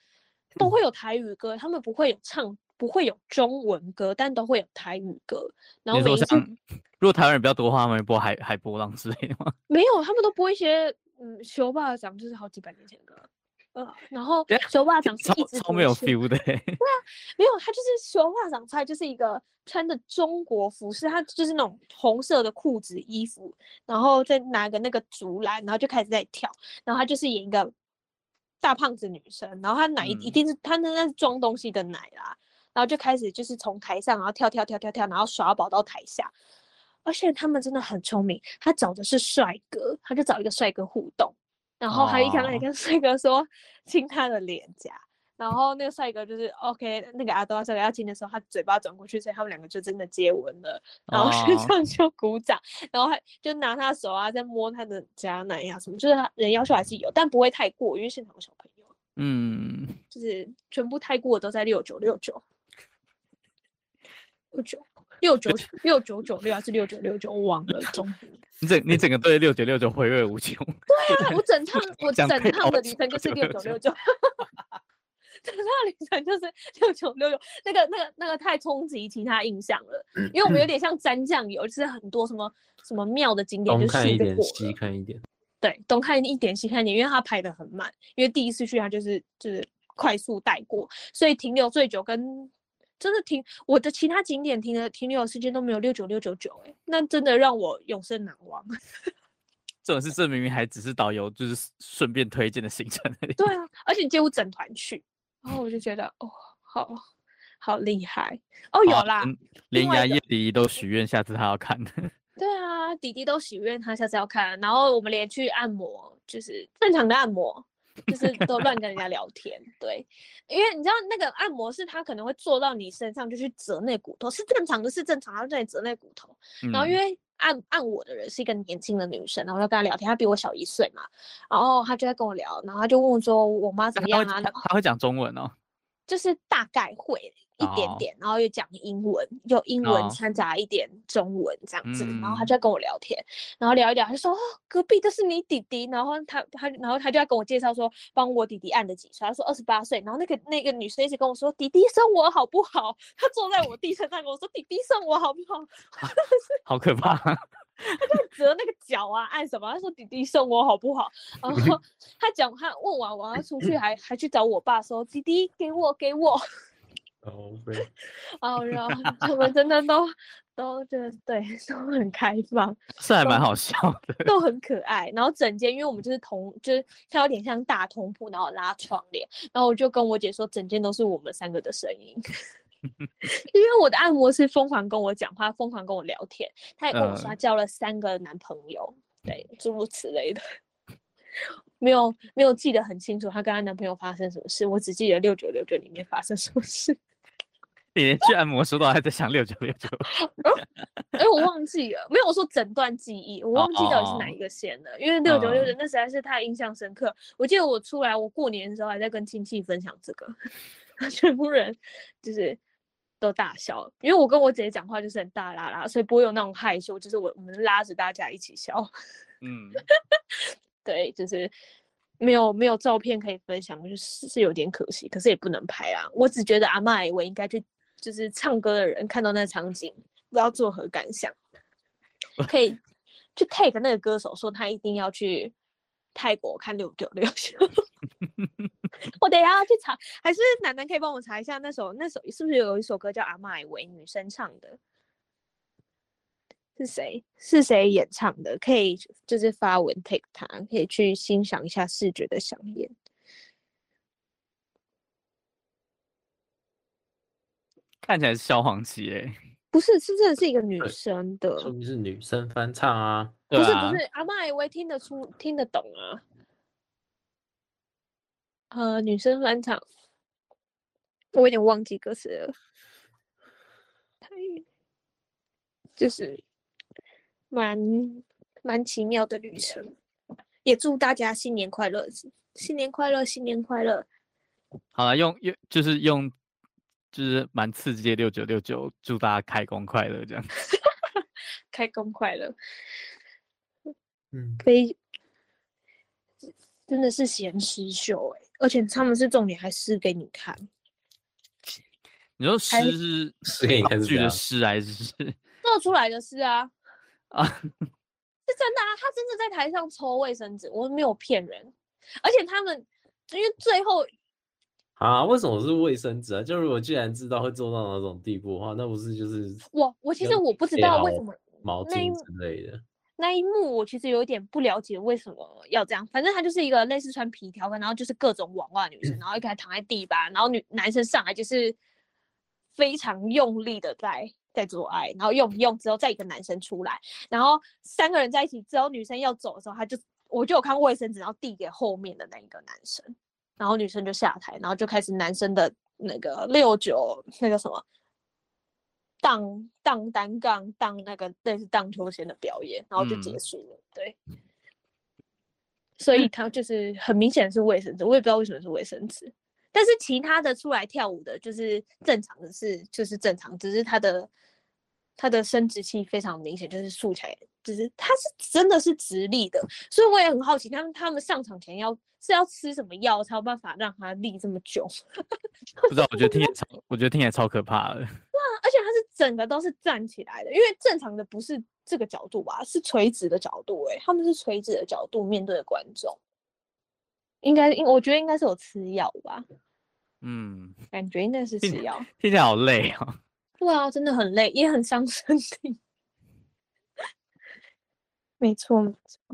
都会有台语歌，他们不会有唱，不会有中文歌，但都会有台语歌。然后你每一次说像如果台湾人比较多的话，他们会播海波浪之类的吗？ 没有，他们都播一些修霸掌，就是好几百年前的歌。然后修霸掌是一直超没有 feel 的。 没有，他就是修霸掌，他就是一个穿的中国服饰，他就是那种红色的裤子衣服，然后再拿个那个竹篮，然后就开始在跳，然后他就是演一个大胖子女生，然后他奶一定是他那是装东西的奶啦，然后就开始就是从台上然后跳，然后耍宝到台下，而且他们真的很聪明，他找的是帅哥，他就找一个帅哥互动。然后他一开始跟帅哥说亲他的脸颊，然后那个帅哥就是 OK， 那个阿多帅哥要亲的时候，他嘴巴转过去，所以他们两个就真的接吻了。然后现场就鼓掌，然后还就拿他手啊，在摸他的假奶呀什么，就是他人要求还是有，但不会太过，因为现场有小朋友，就是全部太过都在6969还是6969，我忘了中途。 你整个对6969回味无穷。 对啊，我整趟的旅程就是6969，整趟旅程就是6969，那个太冲击其他印象了，因为我们有点像沾酱油，就是很多什么庙的景点就看一点， 过西看一点。 对，东看一点，西看一点，因为它排得很慢，因为第一次去它就是快速带过，所以停留最久跟。真的我的其他景点停留的时间都没有69699，那真的让我永生难忘。 这明明还只是导游，就是顺便推荐的行程而已。 对啊，而且几乎整团去，然后我就觉得哦，好厉害哦，有啦， 连牙叶弟都许愿下次他要看。 对啊，弟弟都许愿他下次要看，然后我们连去按摩，就是正常的按摩。就是都乱跟人家聊天，对，因为你知道那个按摩是他可能会坐到你身上就去折那骨头，是正常的，他在折那骨头，然后因为按我的人是一个年轻的女生，然后就跟她聊天，她比我小1岁嘛，然后她就在跟我聊，然后她就问我说我妈怎么样啊？ 她会讲中文哦， 就是大概会一点点，然后又讲英文，有英文掺杂一点中文这样子，然后他就在跟我聊天，然后聊一聊，他就说隔壁这是你弟弟，然后他就在跟我介绍说帮我弟弟按的几岁，他说28岁，然后那个女生一直跟我说弟弟生我好不好？他坐在我弟身上跟我说弟弟生我好不好？ 好可怕。 他就折那个脚啊，按什么？他说弟弟生我好不好？然后他问完我要出去还去找我爸说弟弟给我。然后他们真的都对，都很开放， 是还蛮好笑的， 都很可爱。然后整间，因为我们就是它有点像大通铺，然后拉窗帘，然后我就跟我姐说，整间都是我们3个的声音。因为我的按摩师疯狂跟我讲话，疯狂跟我聊天，他也跟我说他交了3个男朋友，对，诸如此类的。没有记得很清楚，她跟她男朋友发生什么事，我只记得6969里面发生什么事。 你连去按摩时都还在想6969。 我忘记了，没有，我说整段记忆，我忘记到底是哪一个线了，因为6969那实在是太印象深刻。我记得我出来，我过年的时候还在跟亲戚分享这个，全部人就是都大笑，因为我跟我姐讲话就是很大啦啦，所以不会有那种害羞，就是我们拉着大家一起笑。对，就是没有照片可以分享，就是有点可惜，可是也不能拍啊。我只觉得阿嬷我应该就是唱歌的人看到那场景，不知道作何感想。可以去 take 那个歌手说他一定要去泰国看6969。我等一下要去查，还是楠楠可以帮我查一下那首是不是有一首歌叫阿嬷女生唱的？是谁演唱的？可以就是发文 take 他，可以去欣赏一下视觉的响应。 看起来是萧煌奇不是，是真的是一个女生的， 说明是女生翻唱啊。 不是阿嬷也会听得懂啊。女生翻唱，我有点忘记歌词了。就是蛮奇妙的旅程，也祝大家新年快乐，新年快乐，新年快乐。 好了，就是蛮刺激的6969，祝大家开工快乐这样。 开工快乐。真的是贤师秀而且他们是重点还试给你看， 你说还诗是是给你看是剧的这样诗还是做出来的是啊， 啊？ 是真的啊，他真的在台上抽卫生纸，我没有骗人，而且他们因为最后啊？为什么是卫生纸啊？就如果既然知道会做到那种地步的话，那不是就是我其实我不知备好道为什么毛那一巾之类的？ 那一幕我其实有点不了解为什么要这样，反正她就是一个类似穿皮条，然后就是各种网袜的女生，然后一开始躺在地板，然后男生上来就是非常用力的在做爱，然后用之后再一个男生出来，然后3个人在一起之后，女生要走的时候，我就有看卫生纸，然后递给后面的那一个男生，然后女生就下台，然后就开始男生的那个69那个什么。荡单杠荡那个类似荡秋千的表演，然后就结束了。对，所以他就是很明显是卫生纸，我也不知道为什么是卫生纸。但是其他的出来跳舞的，就是正常的是就是正常，只是他的生殖器非常明显，就是竖起来，就是他是真的是直立的，所以我也很好奇，他们上场前要吃什么药才有办法让他立这么久？ 不知道，我觉得听起来超可怕的。 而且它是整个都是站起来的，因为正常的不是这个角度吧，是垂直的角度、欸。他们是垂直的角度面对观众，我觉得应该是有吃药吧，感觉应该是吃药。 听起来好累哦。 对啊，真的很累，也很伤身体。没错，没错。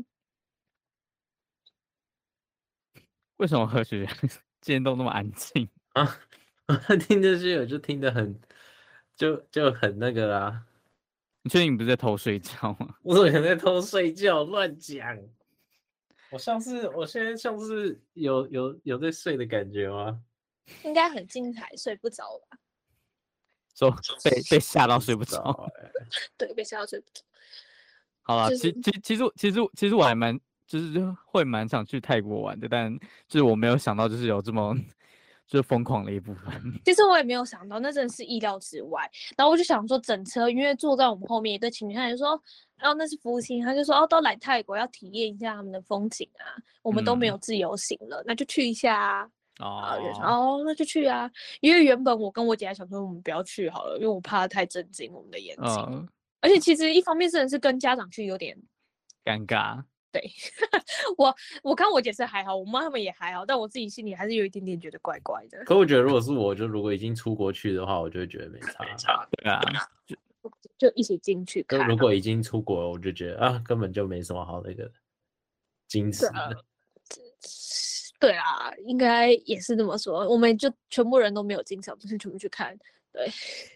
为什么何学今天都那么安静啊？听这些我就听得很就很那个啦。 你确定你不是在偷睡觉吗？ 我可能在偷睡觉，乱讲。我现在像是有在睡的感觉吗？ 应该很精彩，睡不着吧？ 说被吓到睡不着。 对，被吓到睡不着。 好啦， 就是其实我还蛮就是会蛮想去泰国玩的，但就是我没有想到就是有这么就是疯狂的一部分。 其实我也没有想到，那真的是意料之外。然后我就想说，整车因为坐在我们后面一对情侣，他就说，然后那是夫妻，他就说，哦，都来泰国要体验一下他们的风景啊，我们都没有自由行了，那就去一下啊。然后就说，哦，那就去啊。因为原本我跟我姐还想说，我们不要去好了，因为我怕太震惊我们的眼睛。而且其实一方面真的是跟家长去有点尴尬。 对，我看我姐是还好，我妈他们也还好，但我自己心里还是有一点点觉得怪怪的。 可我觉得如果是我，就如果已经出国去的话，我就会觉得没差。 对啊， 就一起进去看。 就如果已经出国了，我就觉得啊，根本就没什么好那个矜持的。 对啊，应该也是这么说。我们就全部人都没有进场，不是全部去看。对，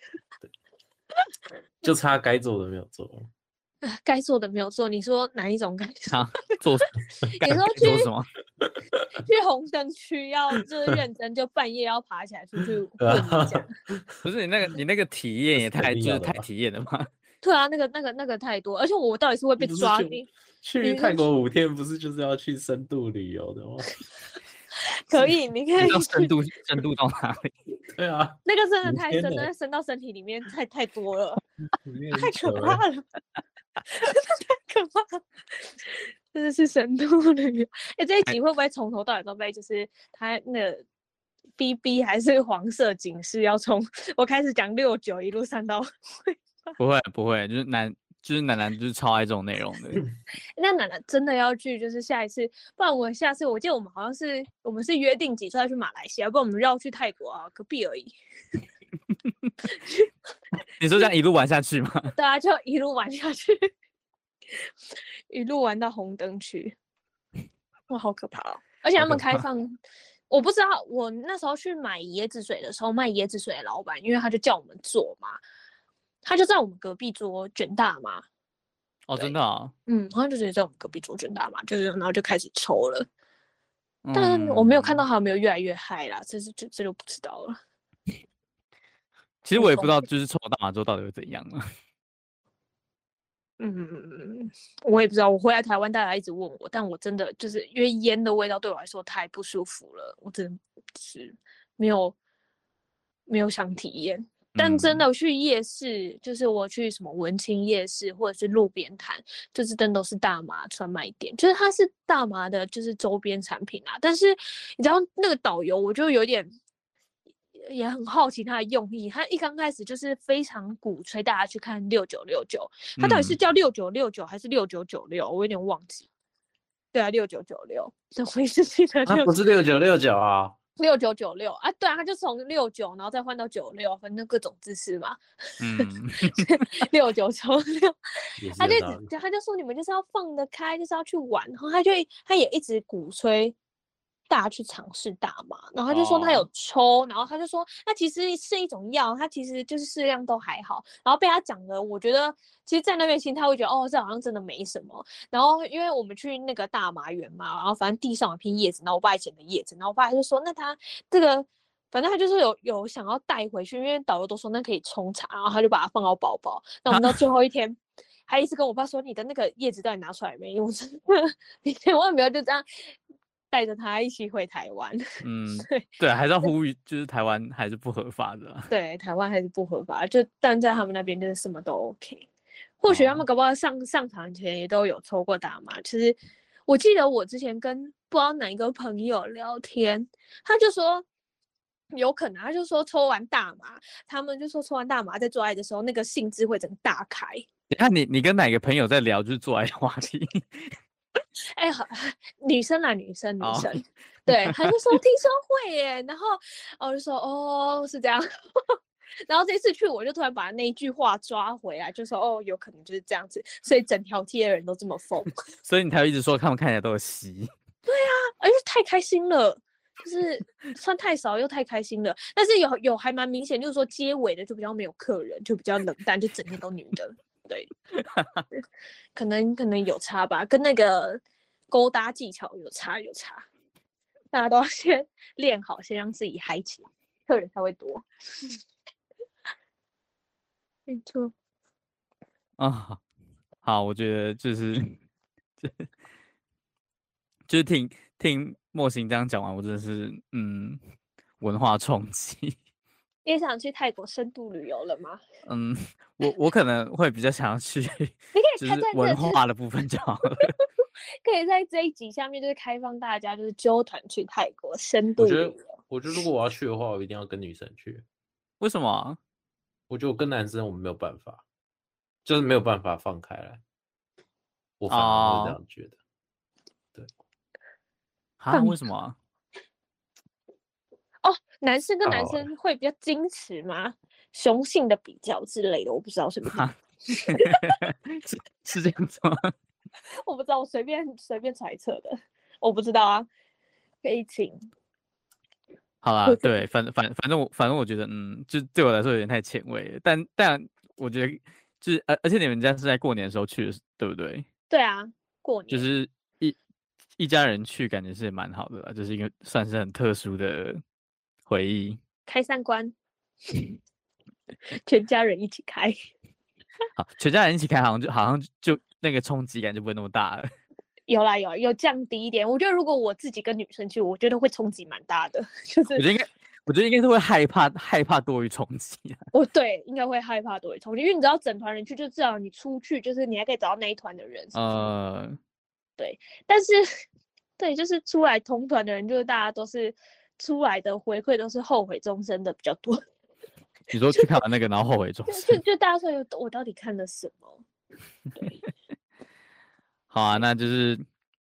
就差该做的没有做。 该做的没有做。你说哪一种该做？ 你说做什么？ 去红灯区要就是认真，就半夜要爬起来出去问一下。 不是你那个体验也太体验了吧？ 对啊，那个太多，而且我到底是会被抓进去泰国5天，不是就是要去深度旅游的吗？ 可以，你可以深度到哪里？ 对啊， 那个真的太深了，深到身体里面太多了，太可怕了，真的太可怕了，真的是深度旅游。这一集会不会从头到尾都被就是他那个 BB 还是黄色警示要从我开始讲69一路上到不会，就是楠楠就是超爱这种内容的。 那楠楠真的要去，就是下一次，不然我下次我记得我们好像是约定几岁要去马来西亚，不然我们绕去泰国啊，隔壁而已。 你说这样一路玩下去吗？ 对啊，就一路玩下去，一路玩到红灯区，哇，好可怕哦！而且他们开放，我不知道，我那时候去买椰子水的时候，卖椰子水的老板，因为他就叫我们坐嘛，他就在我们隔壁桌卷大麻。 哦，真的啊？ 好像就直接在我们隔壁桌卷大麻，就是然后就开始抽了。但我没有看到他有没有越来越嗨啦，这就不知道了。 其实我也不知道，就是抽了大麻之后到底会怎样啊。 我也不知道。我回来台湾，大家一直问我，但我真的就是因为烟的味道对我来说太不舒服了，我真的是没有想体验。 但真的去夜市，就是我去什么文青夜市或者是路边摊，就是真的都是大麻专卖店，就是它是大麻的，就是周边产品啊。但是你知道那个导游，我就有点也很好奇他的用意。他一刚开始就是非常鼓吹大家去看6969，他到底是叫6969还是6996？我有点忘记。对啊，6996，我一直记得他不是6969啊。 6996啊，对啊，他就从69，然后再换到96，反正各种姿势嘛。6996，他就说你们就是要放得开，就是要去玩，然后他也一直鼓吹大家去尝试大麻，然后他就说他有抽，然后他就说那其实是一种药，他其实就是适量都还好，然后被他讲的，我觉得其实在那边心态会觉得哦，这好像真的没什么。然后因为我们去那个大麻园嘛，然后反正地上有片叶子，然后我爸捡的叶子，然后我爸就说那他这个。反正他就是有想要带回去，因为导游都说那可以冲茶，然后他就把它放到包包。那我们到最后一天，还一直跟我爸说：“你的那个叶子到底拿出来没？”我真的，你千万不要就这样带着他一起回台湾。 对，还是要呼吁，就是台湾还是不合法的。 对，台湾还是不合法，但在他们那边就是什么都 OK。或许他们搞不好上场前也都有抽过大麻。其实我记得我之前跟不知道哪一个朋友聊天，他就说。有可能，他就说抽完大麻，他们就说抽完大麻在做爱的时候，那个兴致会整个大开。 你跟哪个朋友在聊就是做爱的话题？ 女生啦，女生，对，他就说听说会耶，然后我就说哦是这样，然后这次去我就突然把那一句话抓回来，就说哦有可能就是这样子，所以整条街的人都这么疯， 所以你才会一直说他们看起来都有吸。 对啊，而且太开心了。就是穿太少又太开心了，但是有还蛮明显，就是说街尾的就比较没有客人，就比较冷淡，就整天都女的，对，可能有差吧，跟那个勾搭技巧有差，大家都要先练好，先让自己嗨起来，客人才会多。没错。 好，我觉得就是听莫行这样讲完，我真的是文化冲击。 也想去泰国深度旅游了吗？ 我可能会比较想要去，就是文化的部分就好了。 可以在这一集下面就是开放大家就是揪团去泰国深度旅游。 我觉得如果我要去的话，我一定要跟女生去。 为什么？ 我觉得我跟男生我们没有办法，就是没有办法放开来。我反而会这样觉得。对。 为什么？ 男生跟男生会比较矜持吗？雄性的比较之类的，我不知道是不是。 是这样子吗？ 我不知道，我随便揣测的，我不知道啊。可以请。 好啦，对，反正我觉得，就对我来说有点太前卫了。但我觉得，就是而且你们家是在过年的时候去的，对不对？ 对啊，过年就是一家人去，感觉是蛮好的啦，就是一个算是很特殊的回忆。 开3关，全家人一起开。 好，全家人一起开，好像就那个冲击感就不会那么大了。 有降低一点。我觉得如果我自己跟女生去，我觉得会冲击蛮大的。就是我觉得应该是会害怕多于冲击。 对，应该会害怕多于冲击，因为你知道整团人去，就至少你出去，就是你还可以找到那一团的人。对，但是对，就是出来同团的人，就是大家都是出来的回馈都是后悔终生的比较多。 你说去看完那个，然后后悔终生， 就大家说我到底看了什么？对。 好啊，那就是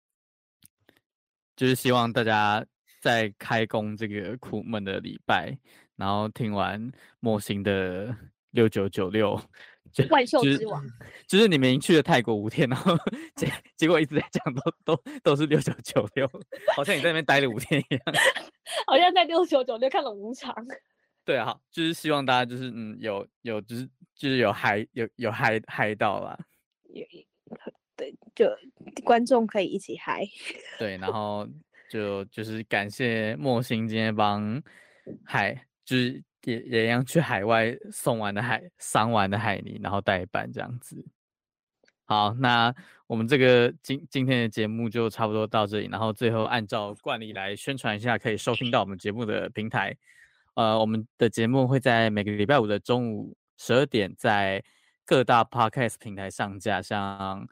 希望大家在开工这个苦闷的礼拜，然后听完莫行的6996， 万秀之王， 就是你们去了泰国5天，然后结果一直在讲都是6996，好像你在那边待了5天一样， 好像在6996看了5场。 对啊，就是希望大家就是有就是有嗨到啦。 对，就观众可以一起嗨。 对，然后就是感谢莫行今天帮就是也一样去海外赏完的海尼，然后代班这样子。好，那我们这个今天的节目就差不多到这里，然后最后按照惯例来宣传一下可以收听到我们节目的平台。 我们的节目会在每个礼拜五的中午12点在各大 podcast 平台上架，像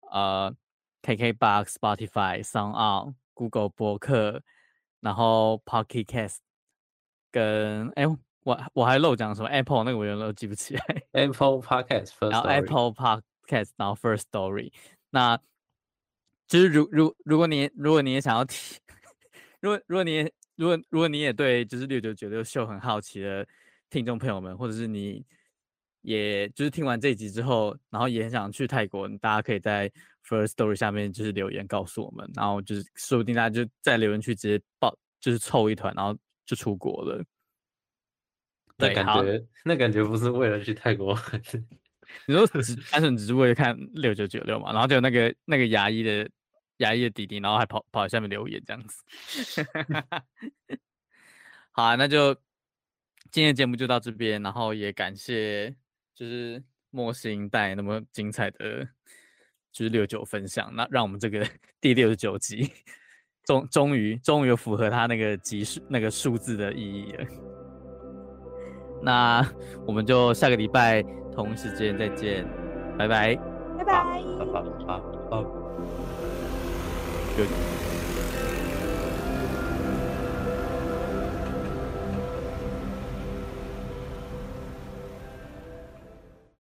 KKBox、Spotify、SoundOn、Google 播客，然后 Pocket Cast 跟我还漏讲什么 Apple 那个我有点都记不起来。 Apple Podcast First 然后 Story， Apple Podcast， 然后 First Story。那就是如果你也想要听，如果你也对就是6996秀很好奇的听众朋友们，或者是你也就是听完这一集之后，然后也很想去泰国，大家可以在 First Story 下面就是留言告诉我们，然后就是说不定大家就在留言区直接就是凑一团，然后就出国了。 那感觉不是为了去泰国玩。 你说单纯只是为了看6996嘛，然后就有那个牙医的弟弟，然后还跑在下面留言这样子。好啊，那就今天的节目就到这边，然后也感谢就是莫心带那么精彩的就是69分享，那让我们这个第69集终于有符合他那个集数那个数字的意义了。那我们就下个礼拜同时间再见，拜拜， 拜拜。 好。